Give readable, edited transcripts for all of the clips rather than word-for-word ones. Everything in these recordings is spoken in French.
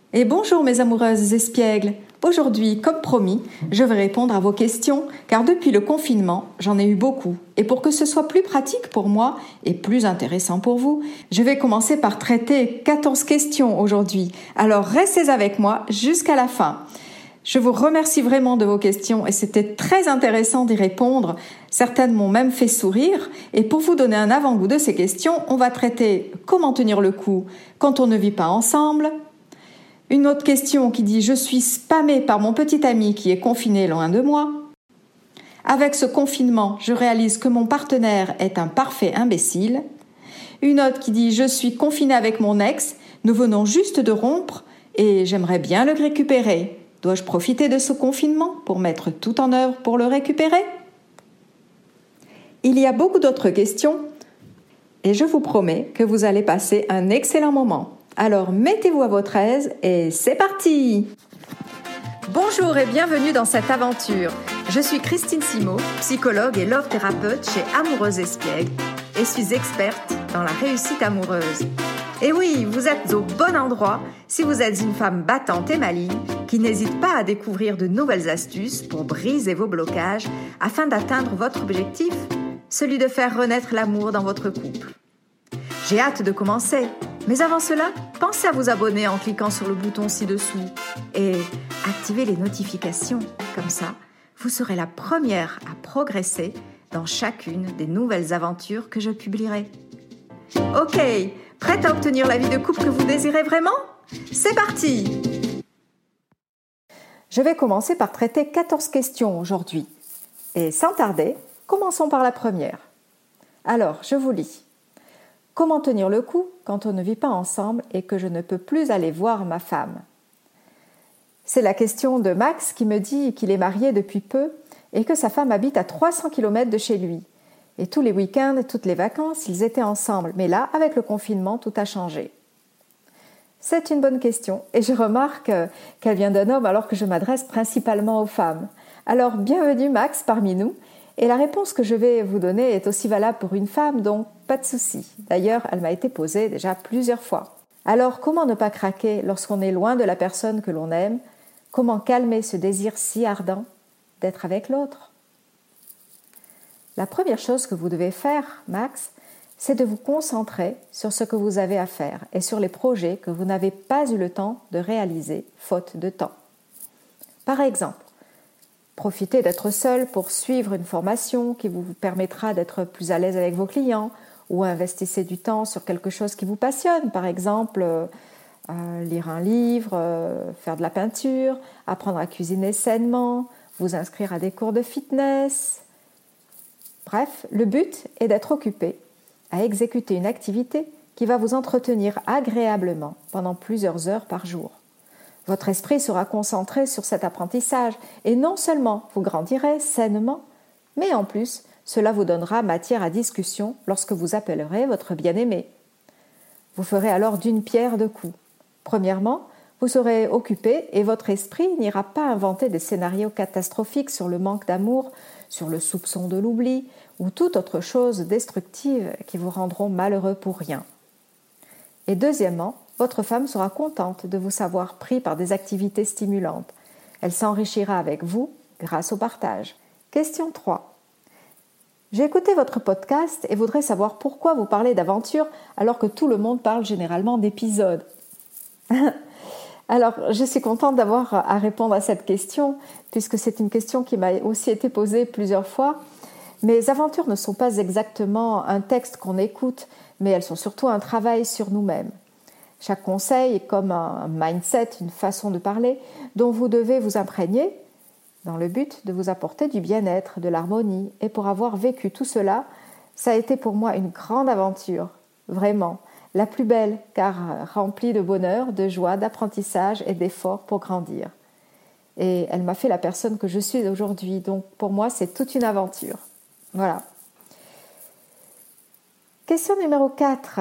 Et bonjour mes amoureuses espiègles. Aujourd'hui, comme promis, je vais répondre à vos questions car depuis le confinement, j'en ai eu beaucoup. Et pour que ce soit plus pratique pour moi et plus intéressant pour vous, je vais commencer par traiter 14 questions aujourd'hui. Alors restez avec moi jusqu'à la fin. Je vous remercie vraiment de vos questions et c'était très intéressant d'y répondre. Certaines m'ont même fait sourire. Et pour vous donner un avant-goût de ces questions, on va traiter comment tenir le coup quand on ne vit pas ensemble. Une autre question qui dit « Je suis spammée par mon petit ami qui est confiné loin de moi ». Avec ce confinement, je réalise que mon partenaire est un parfait imbécile. Une autre qui dit « Je suis confinée avec mon ex, nous venons juste de rompre et j'aimerais bien le récupérer. Dois-je profiter de ce confinement pour mettre tout en œuvre pour le récupérer ?» Il y a beaucoup d'autres questions et je vous promets que vous allez passer un excellent moment. Alors mettez-vous à votre aise et c'est parti! Bonjour et bienvenue dans cette aventure. Je suis Christine Simot, psychologue et love thérapeute chez Amoureuse Espiègle et suis experte dans la réussite amoureuse. Et oui, vous êtes au bon endroit si vous êtes une femme battante et maligne qui n'hésite pas à découvrir de nouvelles astuces pour briser vos blocages afin d'atteindre votre objectif, celui de faire renaître l'amour dans votre couple. J'ai hâte de commencer, mais avant cela, pensez à vous abonner en cliquant sur le bouton ci-dessous et activez les notifications. Comme ça, vous serez la première à progresser dans chacune des nouvelles aventures que je publierai. Ok, prête à obtenir la vie de couple que vous désirez vraiment ? C'est parti ! Je vais commencer par traiter 14 questions aujourd'hui. Et sans tarder, commençons par la première. Alors, je vous lis. Comment tenir le coup quand on ne vit pas ensemble et que je ne peux plus aller voir ma femme ? C'est la question de Max qui me dit qu'il est marié depuis peu et que sa femme habite à 300 km de chez lui. Et tous les week-ends et toutes les vacances, ils étaient ensemble. Mais là, avec le confinement, tout a changé. C'est une bonne question et je remarque qu'elle vient d'un homme alors que je m'adresse principalement aux femmes. Alors, bienvenue Max parmi nous. Et la réponse que je vais vous donner est aussi valable pour une femme, donc pas de souci. D'ailleurs, elle m'a été posée déjà plusieurs fois. Alors, comment ne pas craquer lorsqu'on est loin de la personne que l'on aime ? Comment calmer ce désir si ardent d'être avec l'autre ? La première chose que vous devez faire, Max, c'est de vous concentrer sur ce que vous avez à faire et sur les projets que vous n'avez pas eu le temps de réaliser, faute de temps. Par exemple, profitez d'être seul pour suivre une formation qui vous permettra d'être plus à l'aise avec vos clients ou investissez du temps sur quelque chose qui vous passionne, par exemple lire un livre, faire de la peinture, apprendre à cuisiner sainement, vous inscrire à des cours de fitness. Bref, le but est d'être occupé à exécuter une activité qui va vous entretenir agréablement pendant plusieurs heures par jour. Votre esprit sera concentré sur cet apprentissage et non seulement vous grandirez sainement, mais en plus, cela vous donnera matière à discussion lorsque vous appellerez votre bien-aimé. Vous ferez alors d'une pierre deux coups. Premièrement, vous serez occupé et votre esprit n'ira pas inventer des scénarios catastrophiques sur le manque d'amour, sur le soupçon de l'oubli ou toute autre chose destructive qui vous rendront malheureux pour rien. Et deuxièmement, votre femme sera contente de vous savoir pris par des activités stimulantes. Elle s'enrichira avec vous grâce au partage. Question 3. J'ai écouté votre podcast et voudrais savoir pourquoi vous parlez d'aventure alors que tout le monde parle généralement d'épisodes. Alors, je suis contente d'avoir à répondre à cette question puisque c'est une question qui m'a aussi été posée plusieurs fois. Mes aventures ne sont pas exactement un texte qu'on écoute, mais elles sont surtout un travail sur nous-mêmes. Chaque conseil est comme un mindset, une façon de parler, dont vous devez vous imprégner dans le but de vous apporter du bien-être, de l'harmonie. Et pour avoir vécu tout cela, ça a été pour moi une grande aventure, vraiment, la plus belle, car remplie de bonheur, de joie, d'apprentissage et d'efforts pour grandir. Et elle m'a fait la personne que je suis aujourd'hui, donc pour moi c'est toute une aventure. Voilà. Question numéro 4.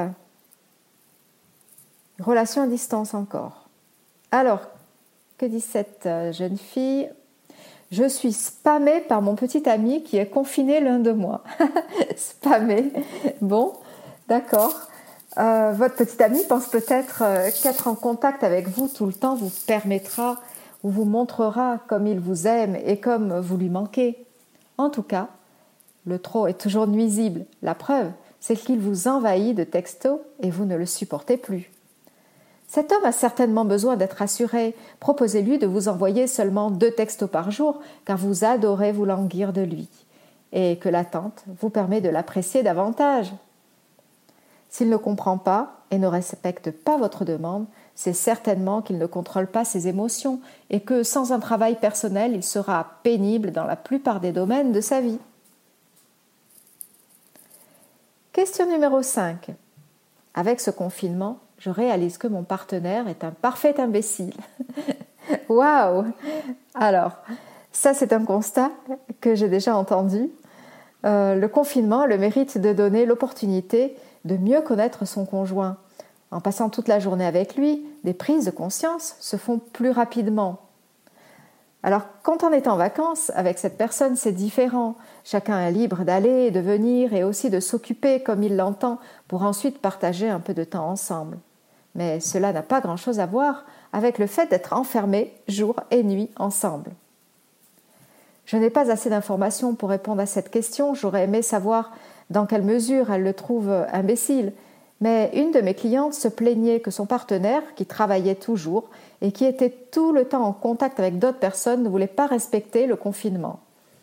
Relation à distance encore. Alors, que dit cette jeune fille ? Je suis spammée par mon petit ami qui est confiné loin de moi. Spammée. Bon, d'accord. Votre petit ami pense peut-être qu'être en contact avec vous tout le temps vous permettra ou vous montrera comme il vous aime et comme vous lui manquez. En tout cas, le trop est toujours nuisible. La preuve, c'est qu'il vous envahit de textos et vous ne le supportez plus. Cet homme a certainement besoin d'être rassuré. Proposez-lui de vous envoyer seulement 2 textos par jour, car vous adorez vous languir de lui, et que l'attente vous permet de l'apprécier davantage. S'il ne comprend pas et ne respecte pas votre demande, c'est certainement qu'il ne contrôle pas ses émotions et que sans un travail personnel, il sera pénible dans la plupart des domaines de sa vie. Question numéro 5. Avec ce confinement, je réalise que mon partenaire est un parfait imbécile. Waouh! Alors, ça c'est un constat que j'ai déjà entendu. Le confinement a le mérite de donner l'opportunité de mieux connaître son conjoint. En passant toute la journée avec lui, des prises de conscience se font plus rapidement. Alors, quand on est en vacances, avec cette personne, c'est différent. Chacun est libre d'aller et de venir et aussi de s'occuper comme il l'entend pour ensuite partager un peu de temps ensemble. Mais cela n'a pas grand-chose à voir avec le fait d'être enfermés jour et nuit ensemble. Je n'ai pas assez d'informations pour répondre à cette question. J'aurais aimé savoir dans quelle mesure elle le trouve imbécile. Mais une de mes clientes se plaignait que son partenaire, qui travaillait toujours et qui était tout le temps en contact avec d'autres personnes, ne voulait pas respecter le confinement.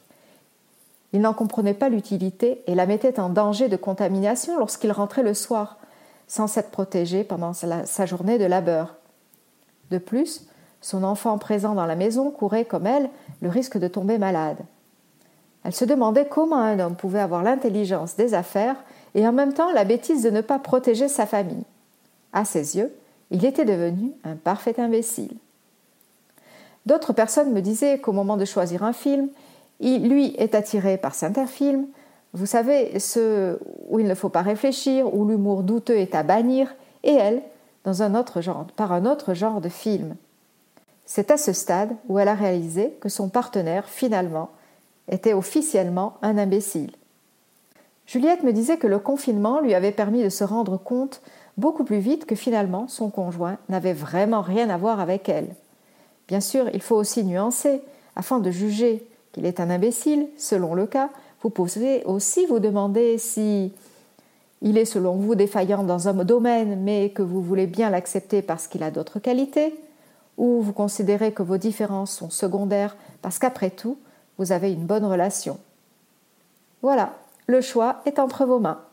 Il n'en comprenait pas l'utilité et la mettait en danger de contamination lorsqu'il rentrait le soir, sans s'être protégé pendant sa journée de labeur. De plus, son enfant présent dans la maison courait, comme elle, le risque de tomber malade. Elle se demandait comment un homme pouvait avoir l'intelligence des affaires et en même temps la bêtise de ne pas protéger sa famille. À ses yeux, il était devenu un parfait imbécile. D'autres personnes me disaient qu'au moment de choisir un film, lui est attiré par certains films, vous savez, ceux où il ne faut pas réfléchir, où l'humour douteux est à bannir, et elle, par un autre genre de film. C'est à ce stade où elle a réalisé que son partenaire, finalement, était officiellement un imbécile. Juliette me disait que le confinement lui avait permis de se rendre compte beaucoup plus vite que finalement son conjoint n'avait vraiment rien à voir avec elle. Bien sûr, il faut aussi nuancer. Afin de juger qu'il est un imbécile, selon le cas, vous pouvez aussi vous demander si il est selon vous défaillant dans un domaine mais que vous voulez bien l'accepter parce qu'il a d'autres qualités, ou vous considérez que vos différences sont secondaires parce qu'après tout, vous avez une bonne relation. Voilà, le choix est entre vos mains.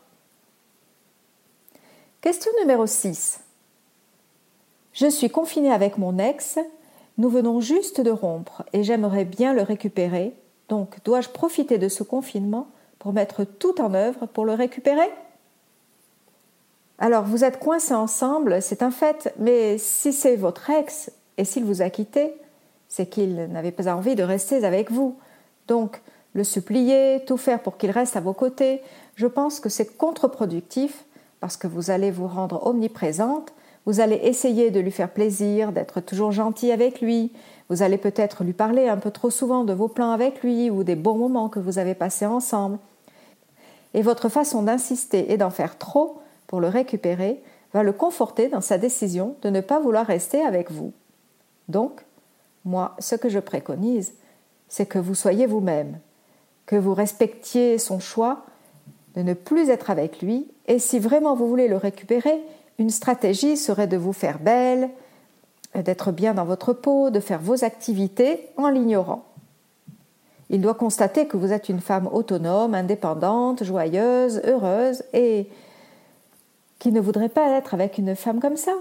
Question numéro 6. Je suis confinée avec mon ex, nous venons juste de rompre et j'aimerais bien le récupérer, donc dois-je profiter de ce confinement pour mettre tout en œuvre pour le récupérer ? Alors, vous êtes coincés ensemble, c'est un fait, mais si c'est votre ex et s'il vous a quitté, c'est qu'il n'avait pas envie de rester avec vous. Donc, le supplier, tout faire pour qu'il reste à vos côtés, je pense que c'est contre-productif parce que vous allez vous rendre omniprésente, vous allez essayer de lui faire plaisir, d'être toujours gentil avec lui, vous allez peut-être lui parler un peu trop souvent de vos plans avec lui ou des bons moments que vous avez passés ensemble. Et votre façon d'insister et d'en faire trop pour le récupérer va le conforter dans sa décision de ne pas vouloir rester avec vous. Donc, moi, ce que je préconise, c'est que vous soyez vous-même, que vous respectiez son choix de ne plus être avec lui, et si vraiment vous voulez le récupérer, une stratégie serait de vous faire belle, d'être bien dans votre peau, de faire vos activités en l'ignorant. Il doit constater que vous êtes une femme autonome, indépendante, joyeuse, heureuse, et qui ne voudrait pas être avec une femme comme ça.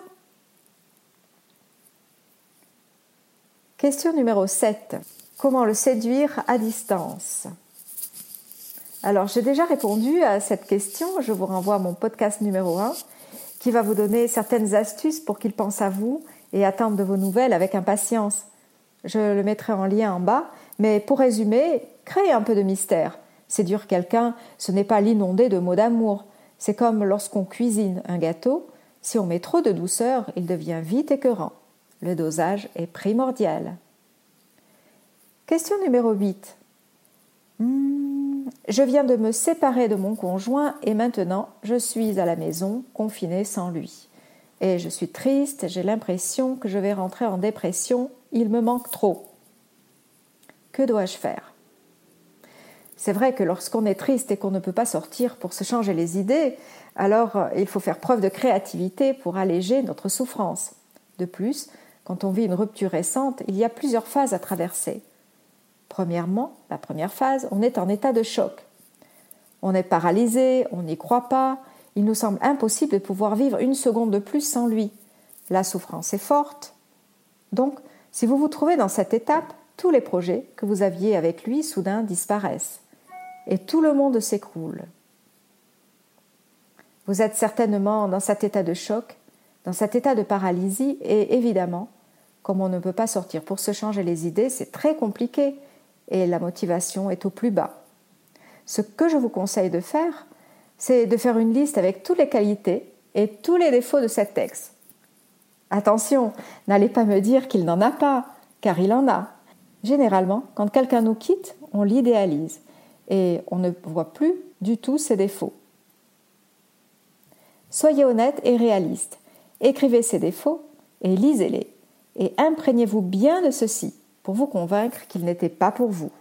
Question numéro 7. Comment le séduire à distance ? Alors, j'ai déjà répondu à cette question. Je vous renvoie à mon podcast numéro 1 qui va vous donner certaines astuces pour qu'il pense à vous et attende de vos nouvelles avec impatience. Je le mettrai en lien en bas, mais pour résumer, créez un peu de mystère. Séduire quelqu'un, ce n'est pas l'inonder de mots d'amour. C'est comme lorsqu'on cuisine un gâteau. Si on met trop de douceur, il devient vite écœurant. Le dosage est primordial. Question numéro 8. Je viens de me séparer de mon conjoint et maintenant je suis à la maison, confinée sans lui. Et je suis triste, j'ai l'impression que je vais rentrer en dépression, il me manque trop. Que dois-je faire ? C'est vrai que lorsqu'on est triste et qu'on ne peut pas sortir pour se changer les idées, alors il faut faire preuve de créativité pour alléger notre souffrance. De plus, quand on vit une rupture récente, il y a plusieurs phases à traverser. Premièrement, la première phase, on est en état de choc. On est paralysé, on n'y croit pas, il nous semble impossible de pouvoir vivre une seconde de plus sans lui. La souffrance est forte. Donc, si vous vous trouvez dans cette étape, tous les projets que vous aviez avec lui soudain disparaissent. Et tout le monde s'écroule. Vous êtes certainement dans cet état de choc, dans cet état de paralysie, et évidemment, comme on ne peut pas sortir pour se changer les idées, c'est très compliqué et la motivation est au plus bas. Ce que je vous conseille de faire, c'est de faire une liste avec toutes les qualités et tous les défauts de cet ex. Attention, n'allez pas me dire qu'il n'en a pas, car il en a. Généralement, quand quelqu'un nous quitte, on l'idéalise et on ne voit plus du tout ses défauts. Soyez honnête et réaliste. Écrivez ses défauts et lisez-les. Et imprégnez-vous bien de ceci pour vous convaincre qu'il n'était pas pour vous.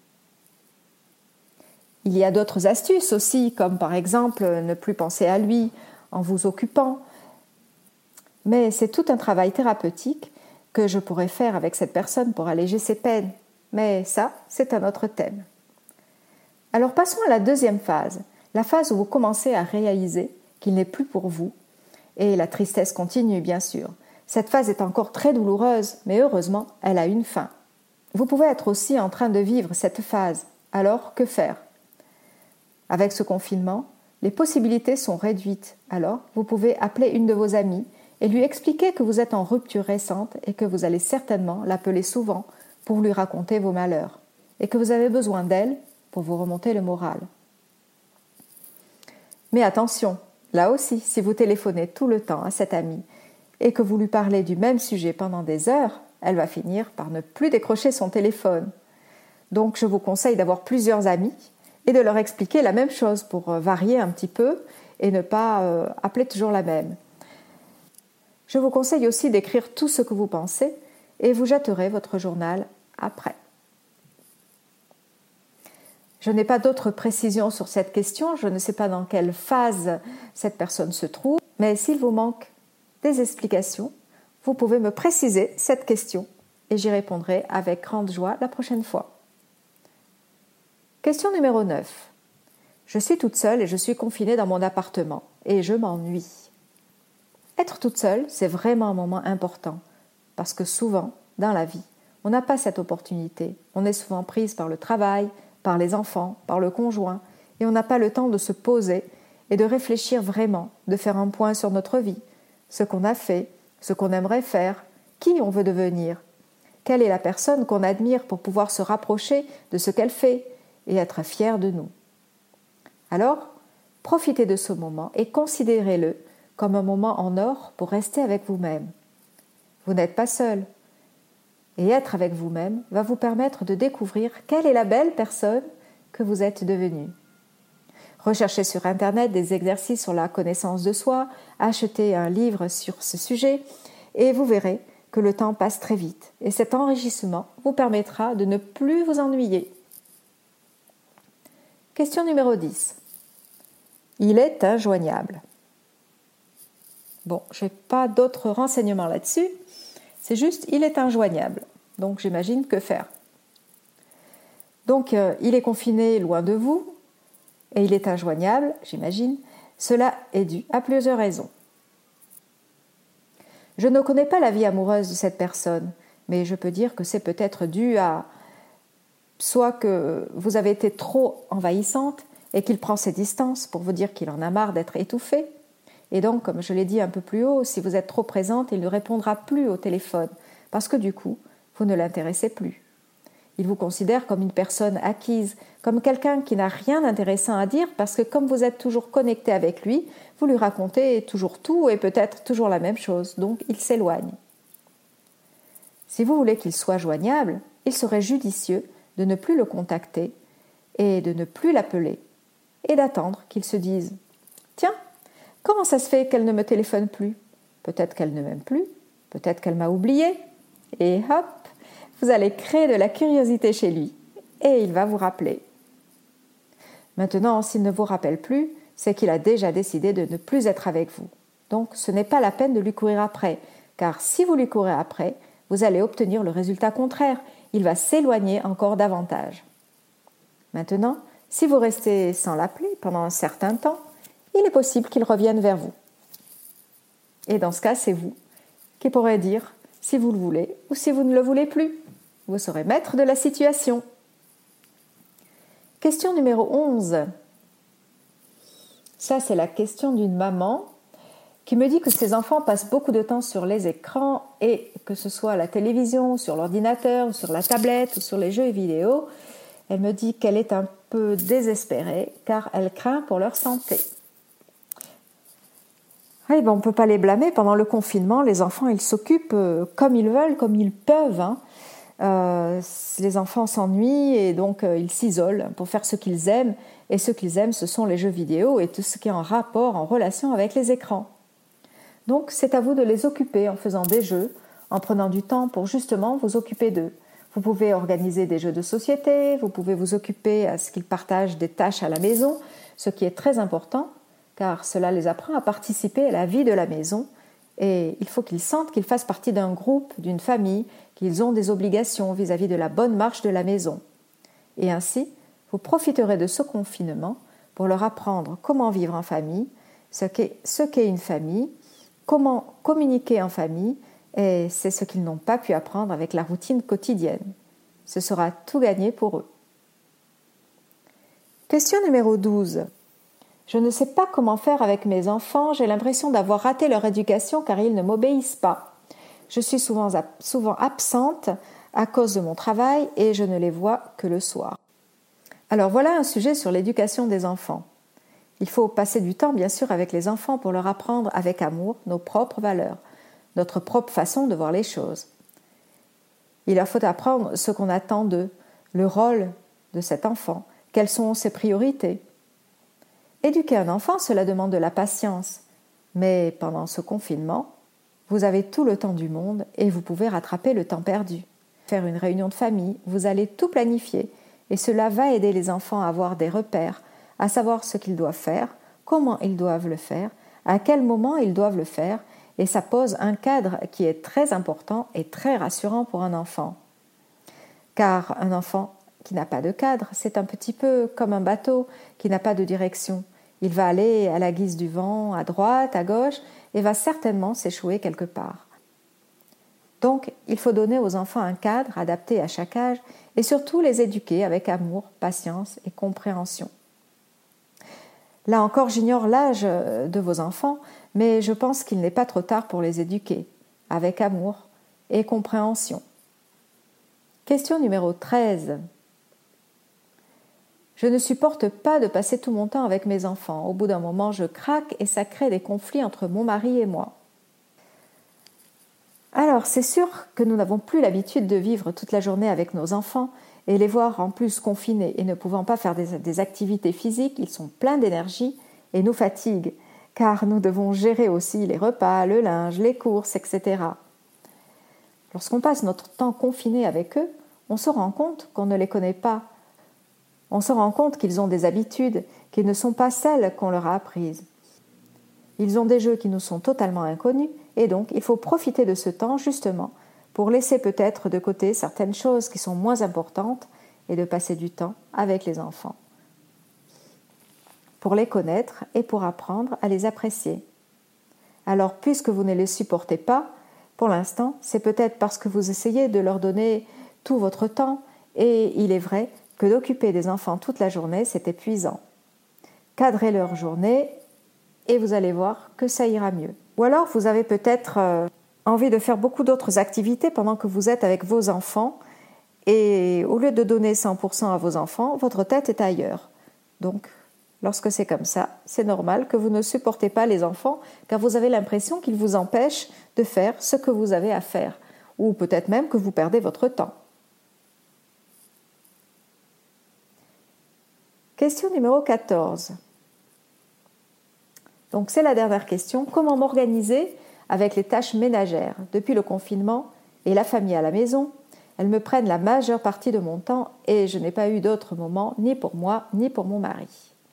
Il y a d'autres astuces aussi, comme par exemple ne plus penser à lui en vous occupant. Mais c'est tout un travail thérapeutique que je pourrais faire avec cette personne pour alléger ses peines. Mais ça, c'est un autre thème. Alors passons à la deuxième phase, la phase où vous commencez à réaliser qu'il n'est plus pour vous. Et la tristesse continue, bien sûr. Cette phase est encore très douloureuse, mais heureusement, elle a une fin. Vous pouvez être aussi en train de vivre cette phase. Alors, que faire ? Avec ce confinement, les possibilités sont réduites. Alors, vous pouvez appeler une de vos amies et lui expliquer que vous êtes en rupture récente et que vous allez certainement l'appeler souvent pour lui raconter vos malheurs et que vous avez besoin d'elle pour vous remonter le moral. Mais attention, là aussi, si vous téléphonez tout le temps à cette amie et que vous lui parlez du même sujet pendant des heures, elle va finir par ne plus décrocher son téléphone. Donc je vous conseille d'avoir plusieurs amis et de leur expliquer la même chose pour varier un petit peu et ne pas appeler toujours la même. Je vous conseille aussi d'écrire tout ce que vous pensez et vous jetterez votre journal après. Je n'ai pas d'autres précisions sur cette question, je ne sais pas dans quelle phase cette personne se trouve, mais s'il vous manque des explications, vous pouvez me préciser cette question et j'y répondrai avec grande joie la prochaine fois. Question numéro 9. Je suis toute seule et je suis confinée dans mon appartement et je m'ennuie. Être toute seule, c'est vraiment un moment important parce que souvent, dans la vie, on n'a pas cette opportunité. On est souvent prise par le travail, par les enfants, par le conjoint et on n'a pas le temps de se poser et de réfléchir vraiment, de faire un point sur notre vie, ce qu'on a fait, ce qu'on aimerait faire, qui on veut devenir, quelle est la personne qu'on admire pour pouvoir se rapprocher de ce qu'elle fait et être fier de nous. Alors, profitez de ce moment et considérez-le comme un moment en or pour rester avec vous-même. Vous n'êtes pas seul. Et être avec vous-même va vous permettre de découvrir quelle est la belle personne que vous êtes devenue. Recherchez sur Internet des exercices sur la connaissance de soi, achetez un livre sur ce sujet et vous verrez que le temps passe très vite. Et cet enrichissement vous permettra de ne plus vous ennuyer. Question numéro 10. Il est injoignable. Bon, je n'ai pas d'autres renseignements là-dessus. C'est juste, il est injoignable. Donc, j'imagine que faire. Donc, il est confiné loin de vous et il est injoignable, j'imagine. Cela est dû à plusieurs raisons. Je ne connais pas la vie amoureuse de cette personne, mais je peux dire que c'est peut-être dû à soit que vous avez été trop envahissante et qu'il prend ses distances pour vous dire qu'il en a marre d'être étouffé. Et donc, comme je l'ai dit un peu plus haut, si vous êtes trop présente, il ne répondra plus au téléphone parce que du coup, vous ne l'intéressez plus. Il vous considère comme une personne acquise, comme quelqu'un qui n'a rien d'intéressant à dire parce que comme vous êtes toujours connecté avec lui, vous lui racontez toujours tout et peut-être toujours la même chose, donc il s'éloigne. Si vous voulez qu'il soit joignable, il serait judicieux de ne plus le contacter et de ne plus l'appeler et d'attendre qu'il se dise « Tiens, comment ça se fait qu'elle ne me téléphone plus ? Peut-être qu'elle ne m'aime plus, peut-être qu'elle m'a oublié. » Et hop, vous allez créer de la curiosité chez lui et il va vous rappeler. Maintenant, s'il ne vous rappelle plus, c'est qu'il a déjà décidé de ne plus être avec vous. Donc, ce n'est pas la peine de lui courir après, car si vous lui courez après, vous allez obtenir le résultat contraire. Il va s'éloigner encore davantage. Maintenant, si vous restez sans l'appeler pendant un certain temps, il est possible qu'il revienne vers vous. Et dans ce cas, c'est vous qui pourrez dire si vous le voulez ou si vous ne le voulez plus. Vous serez maître de la situation. Question numéro 11. Ça, c'est la question d'une maman qui me dit que ses enfants passent beaucoup de temps sur les écrans et que ce soit à la télévision, sur l'ordinateur, ou sur la tablette ou sur les jeux vidéo, elle me dit qu'elle est un peu désespérée car elle craint pour leur santé. Oui, on ne peut pas les blâmer. Pendant le confinement, les enfants, ils s'occupent comme ils veulent, comme ils peuvent. Les enfants s'ennuient et donc ils s'isolent pour faire ce qu'ils aiment. Et ce qu'ils aiment, ce sont les jeux vidéo et tout ce qui est en rapport, en relation avec les écrans. Donc, c'est à vous de les occuper en faisant des jeux, en prenant du temps pour justement vous occuper d'eux. Vous pouvez organiser des jeux de société, vous pouvez vous occuper à ce qu'ils partagent des tâches à la maison, ce qui est très important, car cela les apprend à participer à la vie de la maison et il faut qu'ils sentent qu'ils fassent partie d'un groupe, d'une famille, qu'ils ont des obligations vis-à-vis de la bonne marche de la maison. Et ainsi, vous profiterez de ce confinement pour leur apprendre comment vivre en famille, ce qu'est une famille, comment communiquer en famille, et c'est ce qu'ils n'ont pas pu apprendre avec la routine quotidienne. Ce sera tout gagné pour eux. Question numéro 12. Je ne sais pas comment faire avec mes enfants, j'ai l'impression d'avoir raté leur éducation car ils ne m'obéissent pas. Je suis souvent absente à cause de mon travail et je ne les vois que le soir. Alors voilà un sujet sur l'éducation des enfants. Il faut passer du temps bien sûr avec les enfants pour leur apprendre avec amour nos propres valeurs, notre propre façon de voir les choses. Il leur faut apprendre ce qu'on attend d'eux, le rôle de cet enfant, quelles sont ses priorités. Éduquer un enfant, cela demande de la patience, mais pendant ce confinement, vous avez tout le temps du monde et vous pouvez rattraper le temps perdu. Faire une réunion de famille, vous allez tout planifier et cela va aider les enfants à avoir des repères, à savoir ce qu'ils doivent faire, comment ils doivent le faire, à quel moment ils doivent le faire et ça pose un cadre qui est très important et très rassurant pour un enfant. Car un enfant qui n'a pas de cadre, c'est un petit peu comme un bateau qui n'a pas de direction. Il va aller à la guise du vent, à droite, à gauche, et va certainement s'échouer quelque part. Donc, il faut donner aux enfants un cadre adapté à chaque âge et surtout les éduquer avec amour, patience et compréhension. Là encore, j'ignore l'âge de vos enfants, mais je pense qu'il n'est pas trop tard pour les éduquer, avec amour et compréhension. Question numéro 13. Je ne supporte pas de passer tout mon temps avec mes enfants. Au bout d'un moment, je craque et ça crée des conflits entre mon mari et moi. Alors, c'est sûr que nous n'avons plus l'habitude de vivre toute la journée avec nos enfants et les voir en plus confinés et ne pouvant pas faire des activités physiques, ils sont pleins d'énergie et nous fatiguent, car nous devons gérer aussi les repas, le linge, les courses, etc. Lorsqu'on passe notre temps confiné avec eux, on se rend compte qu'on ne les connaît pas. On se rend compte qu'ils ont des habitudes qui ne sont pas celles qu'on leur a apprises. Ils ont des jeux qui nous sont totalement inconnus et donc il faut profiter de ce temps justement pour laisser peut-être de côté certaines choses qui sont moins importantes et de passer du temps avec les enfants. Pour les connaître et pour apprendre à les apprécier. Alors puisque vous ne les supportez pas, pour l'instant, c'est peut-être parce que vous essayez de leur donner tout votre temps et il est vrai que d'occuper des enfants toute la journée, c'est épuisant. Cadrez leur journée et vous allez voir que ça ira mieux. Ou alors, vous avez peut-être envie de faire beaucoup d'autres activités pendant que vous êtes avec vos enfants et au lieu de donner 100% à vos enfants, votre tête est ailleurs. Donc, lorsque c'est comme ça, c'est normal que vous ne supportez pas les enfants car vous avez l'impression qu'ils vous empêchent de faire ce que vous avez à faire ou peut-être même que vous perdez votre temps. Question numéro 14. Donc c'est la dernière question. Comment m'organiser avec les tâches ménagères? Depuis le confinement et la famille à la maison, elles me prennent la majeure partie de mon temps et je n'ai pas eu d'autres moments ni pour moi ni pour mon mari.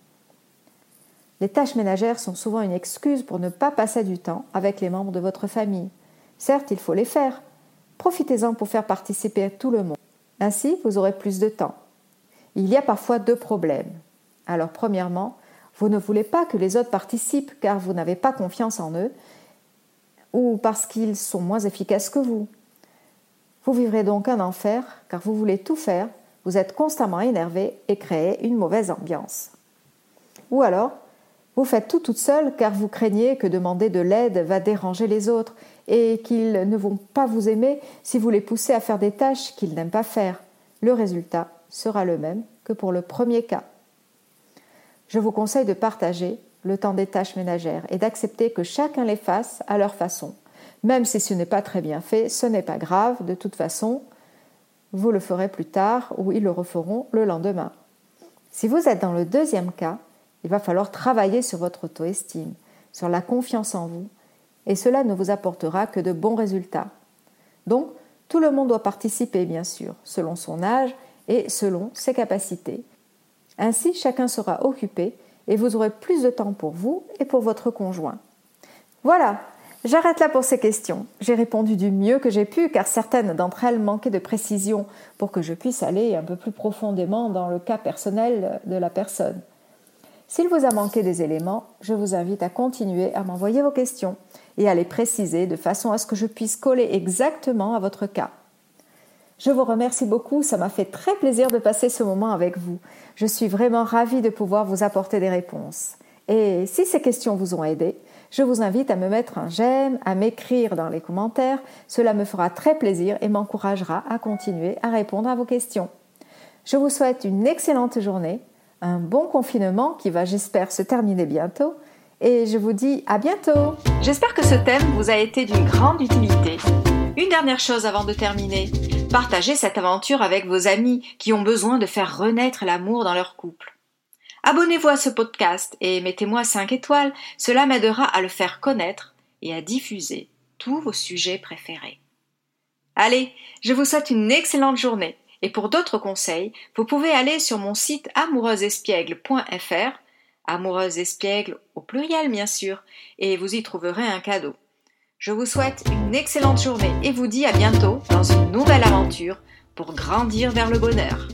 Les tâches ménagères sont souvent une excuse pour ne pas passer du temps avec les membres de votre famille. Certes, il faut les faire. Profitez-en pour faire participer tout le monde. Ainsi, vous aurez plus de temps. Il y a parfois 2 problèmes. Alors, premièrement, vous ne voulez pas que les autres participent car vous n'avez pas confiance en eux ou parce qu'ils sont moins efficaces que vous. Vous vivrez donc un enfer car vous voulez tout faire, vous êtes constamment énervé et créez une mauvaise ambiance. Ou alors, vous faites tout toute seule car vous craignez que demander de l'aide va déranger les autres et qu'ils ne vont pas vous aimer si vous les poussez à faire des tâches qu'ils n'aiment pas faire. Le résultat sera le même que pour le premier cas. Je vous conseille de partager le temps des tâches ménagères et d'accepter que chacun les fasse à leur façon. Même si ce n'est pas très bien fait, ce n'est pas grave, de toute façon, vous le ferez plus tard ou ils le referont le lendemain. Si vous êtes dans le deuxième cas, il va falloir travailler sur votre auto-estime, sur la confiance en vous, et cela ne vous apportera que de bons résultats. Donc, tout le monde doit participer, bien sûr, selon son âge et selon ses capacités. Ainsi, chacun sera occupé et vous aurez plus de temps pour vous et pour votre conjoint. Voilà, j'arrête là pour ces questions. J'ai répondu du mieux que j'ai pu car certaines d'entre elles manquaient de précision pour que je puisse aller un peu plus profondément dans le cas personnel de la personne. S'il vous a manqué des éléments, je vous invite à continuer à m'envoyer vos questions et à les préciser de façon à ce que je puisse coller exactement à votre cas. Je vous remercie beaucoup, ça m'a fait très plaisir de passer ce moment avec vous. Je suis vraiment ravie de pouvoir vous apporter des réponses. Et si ces questions vous ont aidé, je vous invite à me mettre un j'aime, à m'écrire dans les commentaires. Cela me fera très plaisir et m'encouragera à continuer à répondre à vos questions. Je vous souhaite une excellente journée, un bon confinement qui va, j'espère, se terminer bientôt. Et je vous dis à bientôt. J'espère que ce thème vous a été d'une grande utilité. Une dernière chose avant de terminer. Partagez cette aventure avec vos amis qui ont besoin de faire renaître l'amour dans leur couple. Abonnez-vous à ce podcast et mettez-moi 5 étoiles, cela m'aidera à le faire connaître et à diffuser tous vos sujets préférés. Allez, je vous souhaite une excellente journée et pour d'autres conseils, vous pouvez aller sur mon site amoureuseespiègle.fr, amoureuse espiègle au pluriel bien sûr, et vous y trouverez un cadeau. Je vous souhaite une excellente journée et vous dis à bientôt dans une nouvelle aventure pour grandir vers le bonheur.